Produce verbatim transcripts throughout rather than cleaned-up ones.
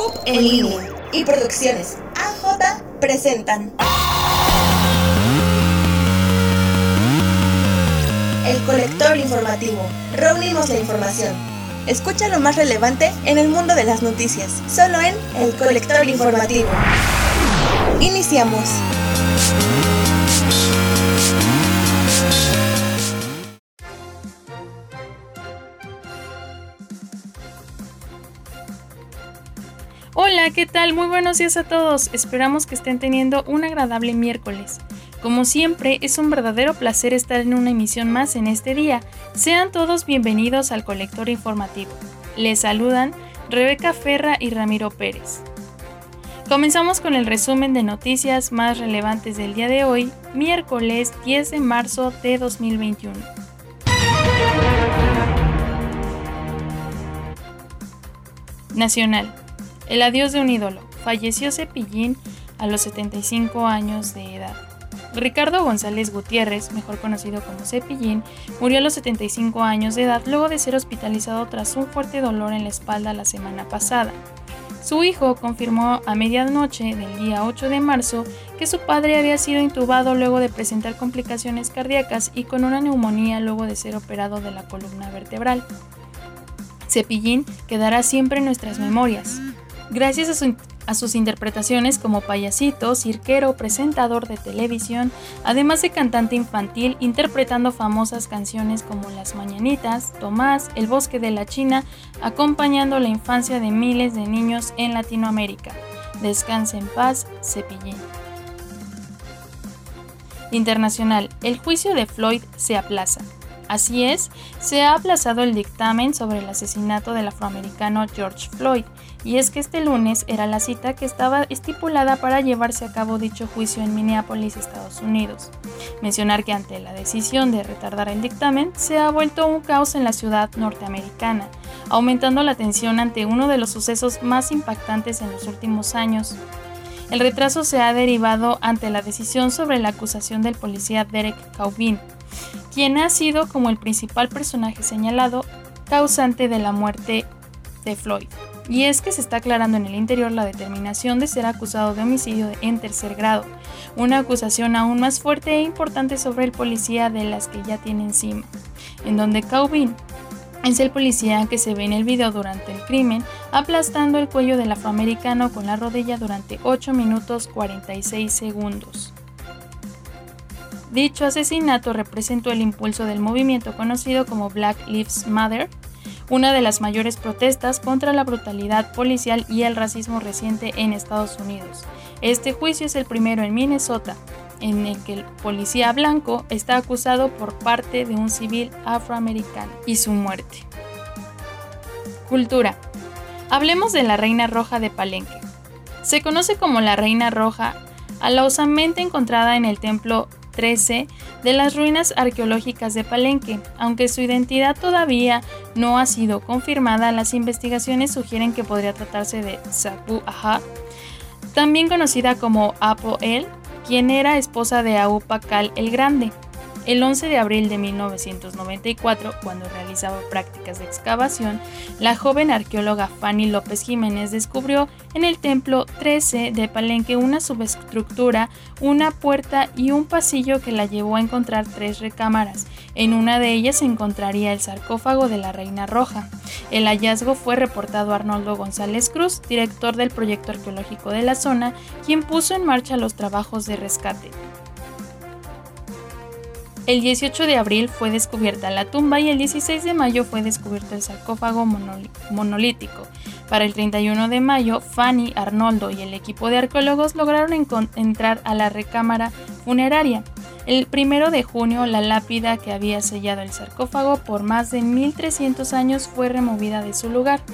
Hub en línea y Producciones A J presentan El Colector Informativo. Reunimos la información. Escucha lo más relevante en el mundo de las noticias, solo en El Colector Informativo. Iniciamos. Hola, ¿qué tal? Muy buenos días a todos. Esperamos que estén teniendo un agradable miércoles. Como siempre, es un verdadero placer estar en una emisión más en este día. Sean todos bienvenidos al Colector Informativo. Les saludan Rebeca Ferra y Ramiro Pérez. Comenzamos con el resumen de noticias más relevantes del día de hoy, miércoles diez de marzo de dos mil veintiuno. Nacional. El adiós de un ídolo. Falleció Cepillín a los setenta y cinco años de edad. Ricardo González Gutiérrez, mejor conocido como Cepillín, murió a los setenta y cinco años de edad luego de ser hospitalizado tras un fuerte dolor en la espalda la semana pasada. Su hijo confirmó a medianoche del día ocho de marzo que su padre había sido intubado luego de presentar complicaciones cardíacas y con una neumonía luego de ser operado de la columna vertebral. Cepillín quedará siempre en nuestras memorias. Gracias a, su, a sus interpretaciones como payasito, cirquero, presentador de televisión, además de cantante infantil, interpretando famosas canciones como Las Mañanitas, Tomás, El Bosque de la China, acompañando la infancia de miles de niños en Latinoamérica. Descanse en paz, Cepillín. Internacional. El juicio de Floyd se aplaza. Así es, se ha aplazado el dictamen sobre el asesinato del afroamericano George Floyd, y es que este lunes era la cita que estaba estipulada para llevarse a cabo dicho juicio en Minneapolis, Estados Unidos. Mencionar que ante la decisión de retardar el dictamen, se ha vuelto un caos en la ciudad norteamericana, aumentando la tensión ante uno de los sucesos más impactantes en los últimos años. El retraso se ha derivado ante la decisión sobre la acusación del policía Derek Chauvin, quien ha sido como el principal personaje señalado causante de la muerte de Floyd. Y es que se está aclarando en el interior la determinación de ser acusado de homicidio en tercer grado, una acusación aún más fuerte e importante sobre el policía de las que ya tiene encima, en donde Chauvin es el policía que se ve en el video durante el crimen, aplastando el cuello del afroamericano con la rodilla durante ocho minutos cuarenta y seis segundos. Dicho asesinato representó el impulso del movimiento conocido como Black Lives Matter, una de las mayores protestas contra la brutalidad policial y el racismo reciente en Estados Unidos. Este juicio es el primero en Minnesota, en el que el policía blanco está acusado por parte de un civil afroamericano y su muerte. Cultura. Hablemos de la Reina Roja de Palenque. Se conoce como la Reina Roja a la osamenta encontrada en el templo trece de las ruinas arqueológicas de Palenque. Aunque su identidad todavía no ha sido confirmada, las investigaciones sugieren que podría tratarse de Zapu-Aha, también conocida como Apo-El, quien era esposa de Aupacal el Grande. El once de abril de mil novecientos noventa y cuatro, cuando realizaba prácticas de excavación, la joven arqueóloga Fanny López Jiménez descubrió en el templo trece de Palenque una subestructura, una puerta y un pasillo que la llevó a encontrar tres recámaras. En una de ellas se encontraría el sarcófago de la Reina Roja. El hallazgo fue reportado a Arnoldo González Cruz, director del proyecto arqueológico de la zona, quien puso en marcha los trabajos de rescate. El dieciocho de abril fue descubierta la tumba y el dieciséis de mayo fue descubierto el sarcófago monolítico. Para el treinta y uno de mayo, Fanny, Arnoldo y el equipo de arqueólogos lograron entrar a la recámara funeraria. El primero de junio, la lápida que había sellado el sarcófago por más de mil trescientos años fue removida de su lugar.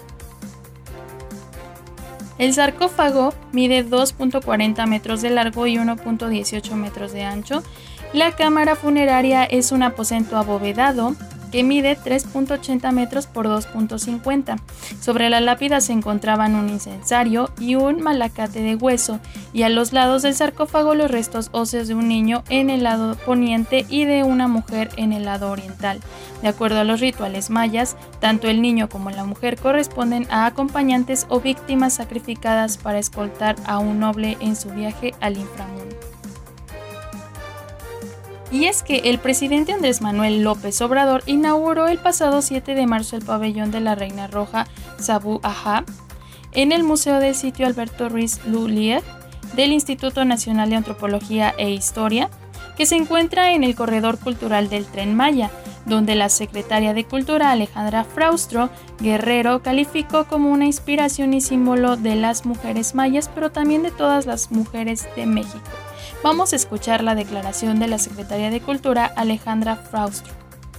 El sarcófago mide dos punto cuarenta metros de largo y uno punto dieciocho metros de ancho. La cámara funeraria es un aposento abovedado que mide tres punto ochenta metros por dos punto cincuenta. Sobre la lápida se encontraban un incensario y un malacate de hueso, y a los lados del sarcófago los restos óseos de un niño en el lado poniente y de una mujer en el lado oriental. De acuerdo a los rituales mayas, tanto el niño como la mujer corresponden a acompañantes o víctimas sacrificadas para escoltar a un noble en su viaje al inframundo. Y es que el presidente Andrés Manuel López Obrador inauguró el pasado siete de marzo el pabellón de la Reina Roja Sabu Ajá en el Museo del Sitio Alberto Ruiz Lullier del Instituto Nacional de Antropología e Historia, que se encuentra en el Corredor Cultural del Tren Maya, donde la secretaria de Cultura Alejandra Fraustro Guerrero calificó como una inspiración y símbolo de las mujeres mayas, pero también de todas las mujeres de México. Vamos a escuchar la declaración de la secretaria de Cultura Alejandra Fraustro.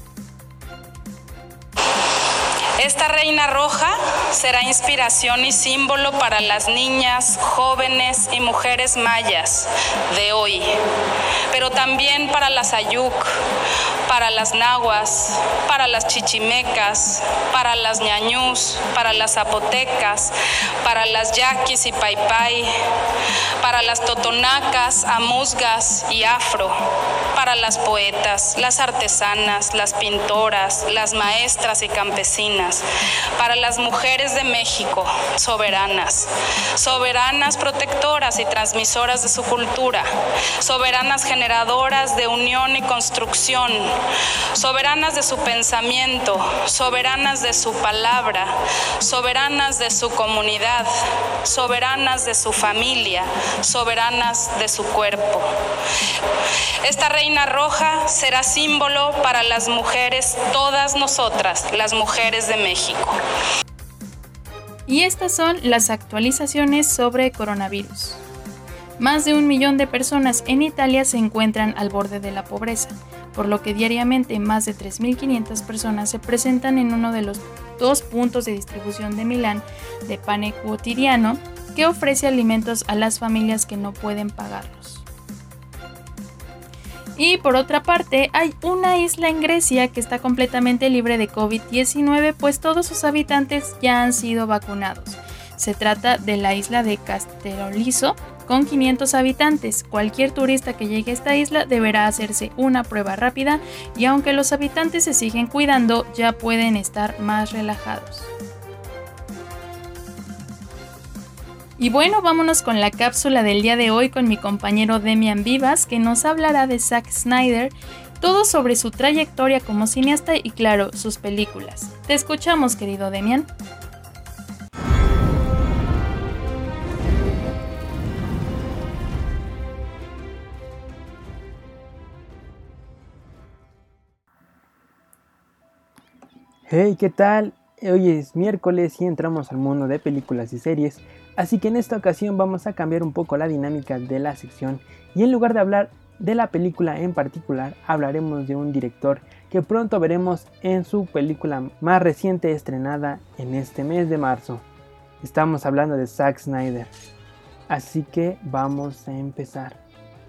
Esta Reina Roja será inspiración y símbolo para las niñas, jóvenes y mujeres mayas de hoy, pero también para las ayuk, para las nahuas, para las chichimecas, para las ñañús, para las zapotecas, para las yaquis y paipai, para las totonacas, amuzgas y afro, para las poetas, las artesanas, las pintoras, las maestras y campesinas, para las mujeres de México, soberanas, soberanas protectoras y transmisoras de su cultura, soberanas generadoras de unión y construcción, soberanas de su pensamiento, soberanas de su palabra, soberanas de su comunidad, soberanas de su familia, soberanas de su cuerpo. Esta Reina Roja será símbolo para las mujeres, todas nosotras, las mujeres de México. Y estas son las actualizaciones sobre coronavirus. Más de un millón de personas en Italia se encuentran al borde de la pobreza, por lo que diariamente más de tres mil quinientas personas se presentan en uno de los dos puntos de distribución de Milán de Pane Quotidiano, que ofrece alimentos a las familias que no pueden pagarlos. Y por otra parte, hay una isla en Grecia que está completamente libre de covid diecinueve, pues todos sus habitantes ya han sido vacunados. Se trata de la isla de Castellolizo, con quinientos habitantes. Cualquier turista que llegue a esta isla deberá hacerse una prueba rápida y aunque los habitantes se siguen cuidando, ya pueden estar más relajados. Y bueno, vámonos con la cápsula del día de hoy con mi compañero Demian Vivas, que nos hablará de Zack Snyder, todo sobre su trayectoria como cineasta y claro, sus películas. Te escuchamos, querido Demian. Hey, ¿qué tal? Hoy es miércoles y entramos al mundo de películas y series, así que en esta ocasión vamos a cambiar un poco la dinámica de la sección y en lugar de hablar de la película en particular, hablaremos de un director que pronto veremos en su película más reciente estrenada en este mes de marzo. Estamos hablando de Zack Snyder, así que vamos a empezar.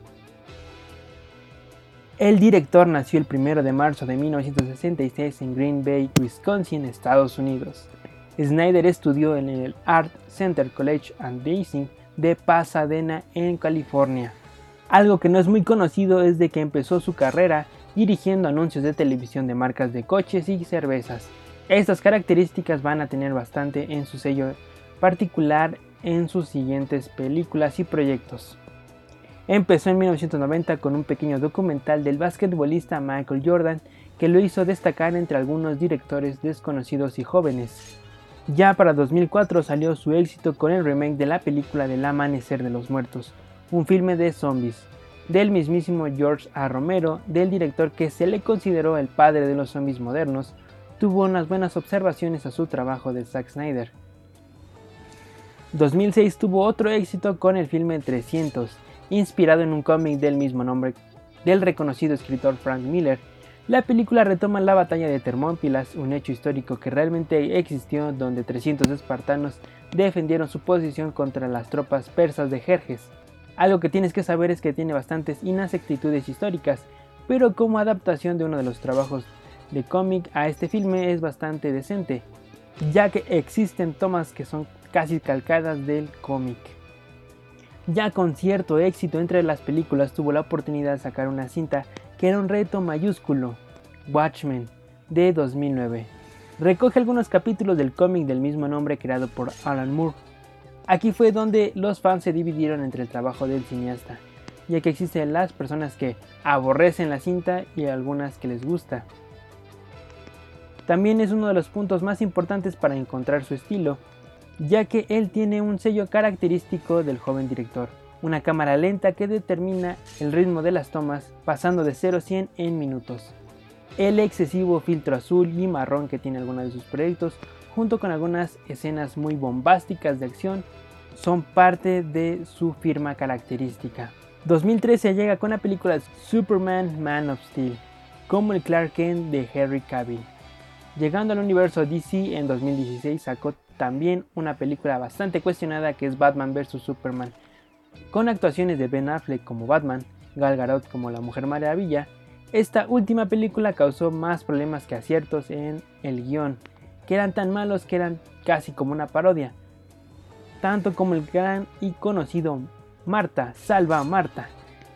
El director nació el primero de marzo de mil novecientos sesenta y seis en Green Bay, Wisconsin, Estados Unidos. Snyder estudió en el Art Center College and Design de Pasadena, en California. Algo que no es muy conocido es de que empezó su carrera dirigiendo anuncios de televisión de marcas de coches y cervezas. Estas características van a tener bastante en su sello particular en sus siguientes películas y proyectos. Empezó en mil novecientos noventa con un pequeño documental del basquetbolista Michael Jordan que lo hizo destacar entre algunos directores desconocidos y jóvenes. Ya para dos mil cuatro salió su éxito con el remake de la película del Amanecer de los Muertos, un filme de zombies, del mismísimo George A. Romero, del director que se le consideró el padre de los zombies modernos. Tuvo unas buenas observaciones a su trabajo de Zack Snyder. dos mil seis tuvo otro éxito con el filme trescientos, inspirado en un cómic del mismo nombre del reconocido escritor Frank Miller. La película retoma la batalla de Termópilas, un hecho histórico que realmente existió donde trescientos espartanos defendieron su posición contra las tropas persas de Jerjes. Algo que tienes que saber es que tiene bastantes inexactitudes históricas, pero como adaptación de uno de los trabajos de cómic a este filme es bastante decente, ya que existen tomas que son casi calcadas del cómic. Ya con cierto éxito entre las películas, tuvo la oportunidad de sacar una cinta que era un reto mayúsculo, Watchmen, de dos mil nueve. Recoge algunos capítulos del cómic del mismo nombre creado por Alan Moore. Aquí fue donde los fans se dividieron entre el trabajo del cineasta, ya que existen las personas que aborrecen la cinta y algunas que les gusta. También es uno de los puntos más importantes para encontrar su estilo, ya que él tiene un sello característico del joven director, una cámara lenta que determina el ritmo de las tomas pasando de cero a cien en minutos. El excesivo filtro azul y marrón que tiene algunos de sus proyectos, junto con algunas escenas muy bombásticas de acción, son parte de su firma característica. dos mil trece llega con la película Superman Man of Steel, como el Clark Kent de Henry Cavill. Llegando al universo D C en dos mil dieciséis sacó también una película bastante cuestionada que es Batman versus. Superman, con actuaciones de Ben Affleck como Batman, Gal Gadot como la Mujer Maravilla. Esta última película causó más problemas que aciertos en el guión, que eran tan malos que eran casi como una parodia, tanto como el gran y conocido Marta, salva a Marta,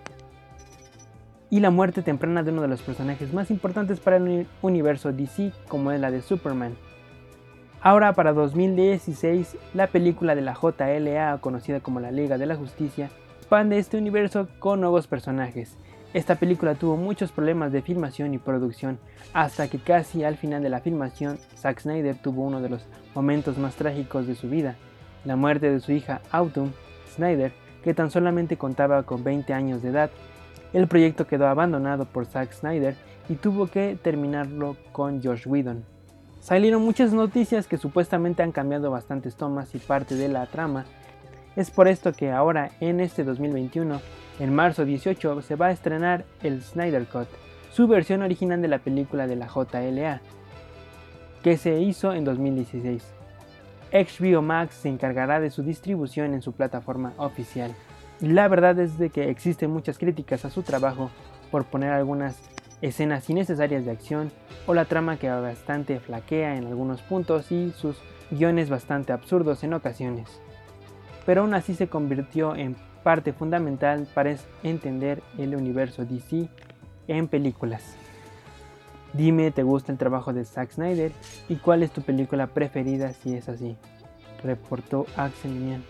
y la muerte temprana de uno de los personajes más importantes para el universo D C, como es la de Superman. Ahora para dos mil dieciséis, la película de la J L A, conocida como la Liga de la Justicia, expande este universo con nuevos personajes. Esta película tuvo muchos problemas de filmación y producción, hasta que casi al final de la filmación, Zack Snyder tuvo uno de los momentos más trágicos de su vida, la muerte de su hija Autumn Snyder, que tan solamente contaba con veinte años de edad. El proyecto quedó abandonado por Zack Snyder y tuvo que terminarlo con Joss Whedon. Salieron muchas noticias que supuestamente han cambiado bastantes tomas y parte de la trama. Es por esto que ahora, en este dos mil veintiuno, en marzo dieciocho, se va a estrenar el Snyder Cut, su versión original de la película de la J L A, que se hizo en dos mil dieciséis. H B O Max se encargará de su distribución en su plataforma oficial. La verdad es de que existen muchas críticas a su trabajo por poner algunas escenas innecesarias de acción o la trama que bastante flaquea en algunos puntos y sus guiones bastante absurdos en ocasiones. Pero aún así se convirtió en parte fundamental para entender el universo D C en películas. Dime, ¿te gusta el trabajo de Zack Snyder? ¿Y cuál es tu película preferida si es así? Reportó Axel Mian.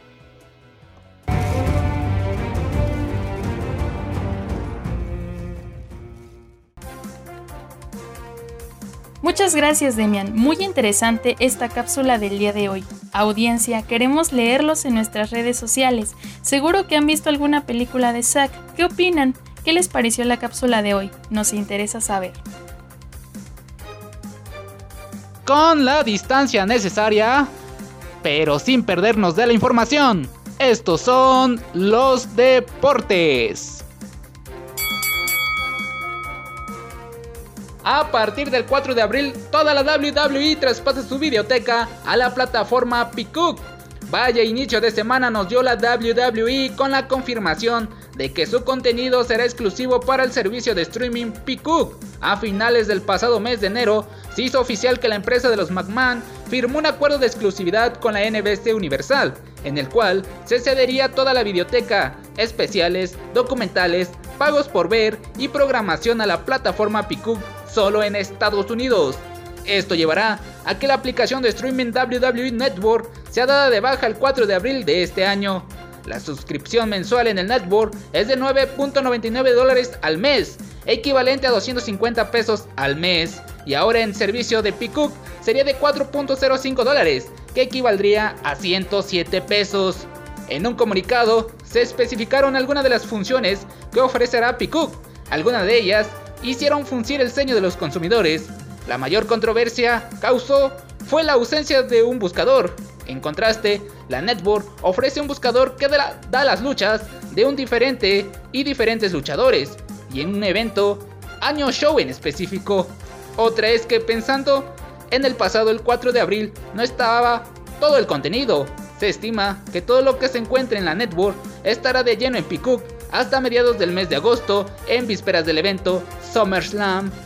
Muchas gracias, Demian. Muy interesante esta cápsula del día de hoy. Audiencia, queremos leerlos en nuestras redes sociales. Seguro que han visto alguna película de Zack. ¿Qué opinan? ¿Qué les pareció la cápsula de hoy? Nos interesa saber. Con la distancia necesaria, pero sin perdernos de la información. Estos son los deportes. A partir del cuatro de abril, toda la W W E traspasa su videoteca a la plataforma Peacock. Vaya inicio de semana nos dio la W W E con la confirmación de que su contenido será exclusivo para el servicio de streaming Peacock. A finales del pasado mes de enero, se hizo oficial que la empresa de los McMahon firmó un acuerdo de exclusividad con la N B C Universal, en el cual se cedería toda la videoteca, especiales, documentales, pagos por ver y programación a la plataforma Peacock solo en Estados Unidos. Esto llevará a que la aplicación de streaming W W E Network sea dada de baja el cuatro de abril de este año. La suscripción mensual en el Network es de nueve punto noventa y nueve dólares al mes, equivalente a doscientos cincuenta pesos al mes, y ahora en servicio de Peacock sería de cuatro punto cero cinco dólares, que equivaldría a ciento siete pesos. En un comunicado se especificaron algunas de las funciones que ofrecerá Peacock. Algunas de ellas hicieron fruncir el ceño de los consumidores. La mayor controversia causó fue la ausencia de un buscador. En contraste, la Network ofrece un buscador que da, da las luchas de un diferente y diferentes luchadores, y en un evento, año show en específico. Otra es que pensando en el pasado el cuatro de abril no estaba todo el contenido. Se estima que todo lo que se encuentre en la Network estará de lleno en Peacock hasta mediados del mes de agosto, en vísperas del evento SummerSlam.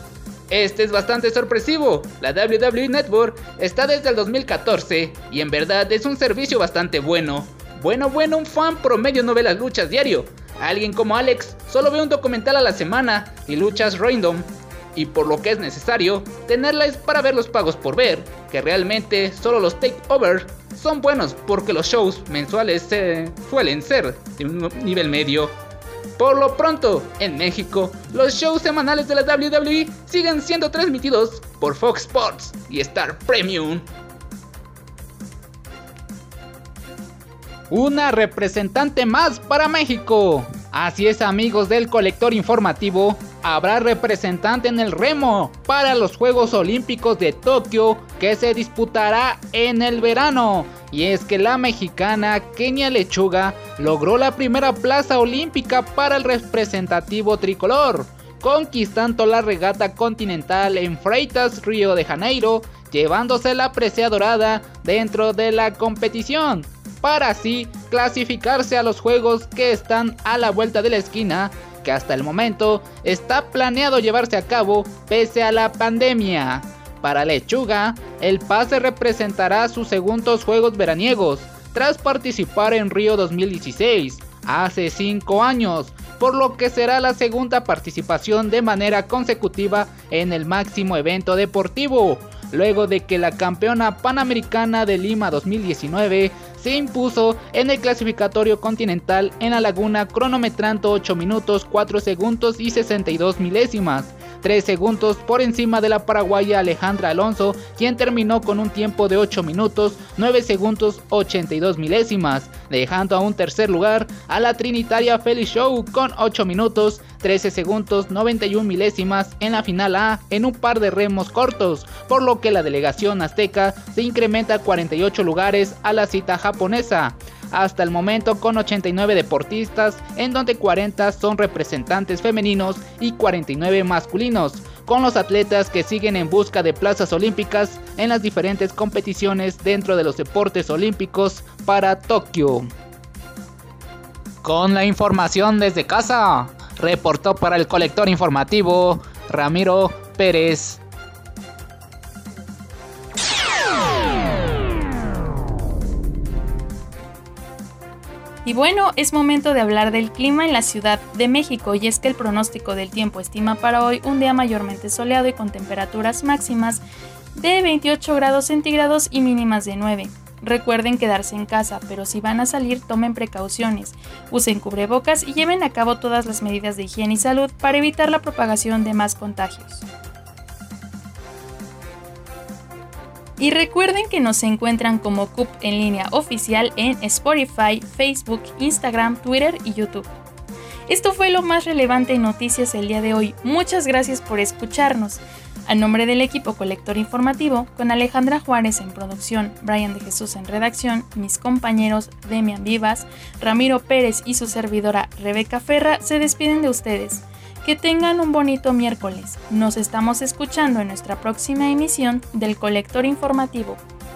Este es bastante sorpresivo. La W W E Network está desde el dos mil catorce y en verdad es un servicio bastante bueno. Bueno, bueno, un fan promedio no ve las luchas diario. Alguien como Alex solo ve un documental a la semana y luchas random. Y por lo que es necesario tenerla es para ver los pagos por ver, que realmente solo los takeover son buenos porque los shows mensuales eh, suelen ser de un nivel medio. Por lo pronto, en México, los shows semanales de la W W E siguen siendo transmitidos por Fox Sports y Star Premium. Una representante más para México. Así es, amigos del colector informativo, habrá representante en el remo para los Juegos Olímpicos de Tokio que se disputará en el verano. Y es que la mexicana Kenia Lechuga logró la primera plaza olímpica para el representativo tricolor, conquistando la regata continental en Freitas, Río de Janeiro, llevándose la presea dorada dentro de la competición, para así clasificarse a los juegos que están a la vuelta de la esquina, que hasta el momento está planeado llevarse a cabo pese a la pandemia. Para Lechuga, el pase representará sus segundos juegos veraniegos, tras participar en Río dos mil dieciséis, hace cinco años, por lo que será la segunda participación de manera consecutiva en el máximo evento deportivo, luego de que la campeona panamericana de Lima dos mil diecinueve se impuso en el clasificatorio continental en la laguna cronometrando ocho minutos cuatro segundos y sesenta y dos milésimas, tres segundos por encima de la paraguaya Alejandra Alonso, quien terminó con un tiempo de ocho minutos nueve segundos ochenta y dos milésimas, dejando a un tercer lugar a la trinitaria Feli Show con ocho minutos trece segundos noventa y una milésimas en la final A en un par de remos cortos, por lo que la delegación azteca se incrementa a cuarenta y ocho lugares a la cita japonesa. Hasta el momento con ochenta y nueve deportistas, en donde cuarenta son representantes femeninos y cuarenta y nueve masculinos, con los atletas que siguen en busca de plazas olímpicas en las diferentes competiciones dentro de los deportes olímpicos para Tokio. Con la información desde casa, reportó para el colector informativo Ramiro Pérez. Y bueno, es momento de hablar del clima en la Ciudad de México, y es que el pronóstico del tiempo estima para hoy un día mayormente soleado y con temperaturas máximas de veintiocho grados centígrados y mínimas de nueve. Recuerden quedarse en casa, pero si van a salir tomen precauciones, usen cubrebocas y lleven a cabo todas las medidas de higiene y salud para evitar la propagación de más contagios. Y recuerden que nos encuentran como C U P en línea oficial en Spotify, Facebook, Instagram, Twitter y YouTube. Esto fue lo más relevante en noticias el día de hoy. Muchas gracias por escucharnos. A nombre del equipo colector informativo, con Alejandra Juárez en producción, Brian de Jesús en redacción, mis compañeros Demian Vivas, Ramiro Pérez y su servidora Rebeca Ferra se despiden de ustedes. Que tengan un bonito miércoles. Nos estamos escuchando en nuestra próxima emisión del Colector Informativo.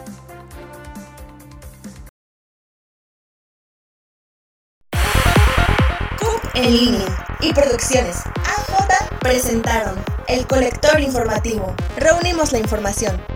C U P en línea y Producciones A J presentaron el Colector Informativo. Reunimos la información.